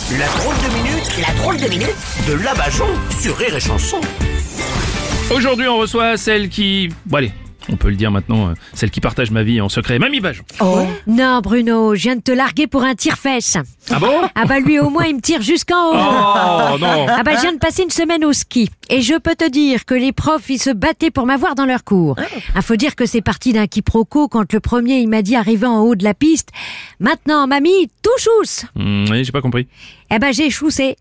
La drôle de minute de Labajon sur Rire et Chanson. Aujourd'hui, on reçoit celle qui... Bon allez, on peut le dire maintenant, celle qui partage ma vie en secret, Mamie Bajon. Oh non Bruno, je viens de te larguer pour un tire-fesse. Ah bon? Ah bah lui au moins il me tire jusqu'en haut. Oh non. Ah bah je viens de passer une semaine au ski et je peux te dire que les profs ils se battaient pour m'avoir dans leur cours. Faut dire que c'est parti d'un quiproquo quand le premier il m'a dit arrivé en haut de la piste: maintenant mamie, tout chousse. Oui, j'ai pas compris. Eh ben j'ai choussé.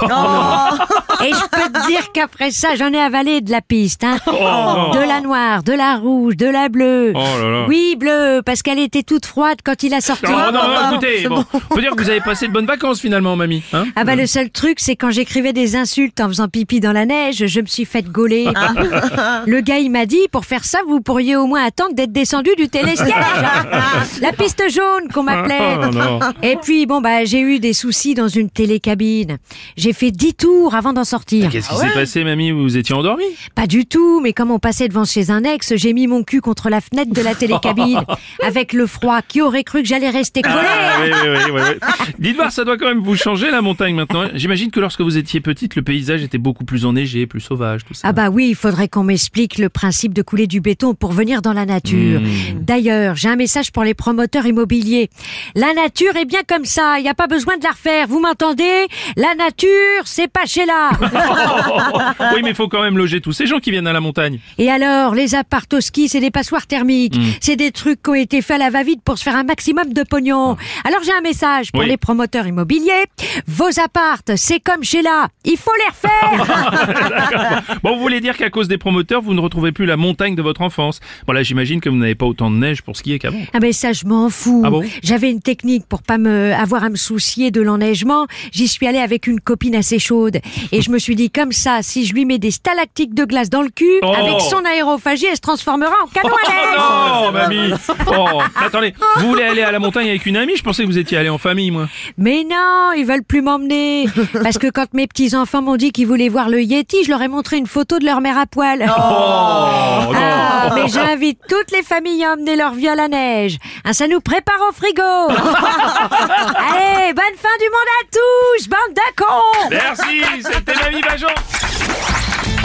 Et je peux te dire qu'après ça, j'en ai avalé de la piste, hein. non. De la noire, de la rouge, de la bleue. Oh là là. Oui, bleue, parce qu'elle était toute froide quand il a sorti. Non, écoutez, bon, on peut dire que vous avez passé de bonnes vacances finalement, Mamie. Hein? Ah bah le seul truc, c'est quand j'écrivais des insultes en faisant pipi dans la neige, je me suis fait gauler. Le gars, il m'a dit, pour faire ça, vous pourriez au moins attendre d'être descendu du télésiège. La piste jaune qu'on m'appelait. Oh, non. Et puis, bon bah j'ai eu des soucis dans une télécabine. J'ai fait 10 tours avant d'en sortir. Qu'est-ce qui s'est passé, Mamie? Vous étiez endormie? Pas du tout, mais comme on passait devant chez un ex, j'ai mis mon cul contre la fenêtre de la télécabine. Avec le froid, qui aurait cru que j'allais rester collé? Oui. Dites voir, ça doit quand même vous changer la montagne maintenant. J'imagine que lorsque vous étiez petite, le paysage était beaucoup plus enneigé, plus sauvage, tout ça. Ah bah oui, il faudrait qu'on m'explique le principe de couler du béton pour venir dans la nature. D'ailleurs, j'ai un message pour les promoteurs immobiliers. La nature est bien comme ça, il n'y a pas besoin de la refaire, vous m'entendez? La nature, c'est pas chez là. Oui, mais il faut quand même loger tous ces gens qui viennent à la montagne. Et alors, les apparts au ski, c'est des passoires thermiques. C'est des trucs qui ont été faits à la va-vite pour se faire un maximum de pognon. Alors j'ai un message pour les promoteurs immobiliers. Vos appartes, c'est comme chez là, il faut les refaire. Bon, vous voulez dire qu'à cause des promoteurs, vous ne retrouvez plus la montagne de votre enfance. Bon là, j'imagine que vous n'avez pas autant de neige pour skier qu'avant. Ah mais ça, je m'en fous. Ah bon? J'avais une technique pour pas avoir à me soucier de l'enneigement. J'y suis allée avec une copine assez chaude. Et je me suis dit, comme ça, si je lui mets des stalactites de glace dans le cul, avec son aérophagie, elle se transformera en canon à neige. Non, Mamie. Attendez, vous voulez aller à la montagne avec une amie? Je pensais que vous étiez allé en famille, moi. Mais non, ils veulent plus m'emmener. Parce que quand mes petits-enfants m'ont dit qu'ils voulaient voir le Yeti, je leur ai montré une photo de leur mère à poil. Mais j'invite toutes les familles à emmener leur vieux à la neige. Ça nous prépare au frigo. Allez, bonne fin du monde à tous, bande de cons. Merci, c'était Mamie Bajon.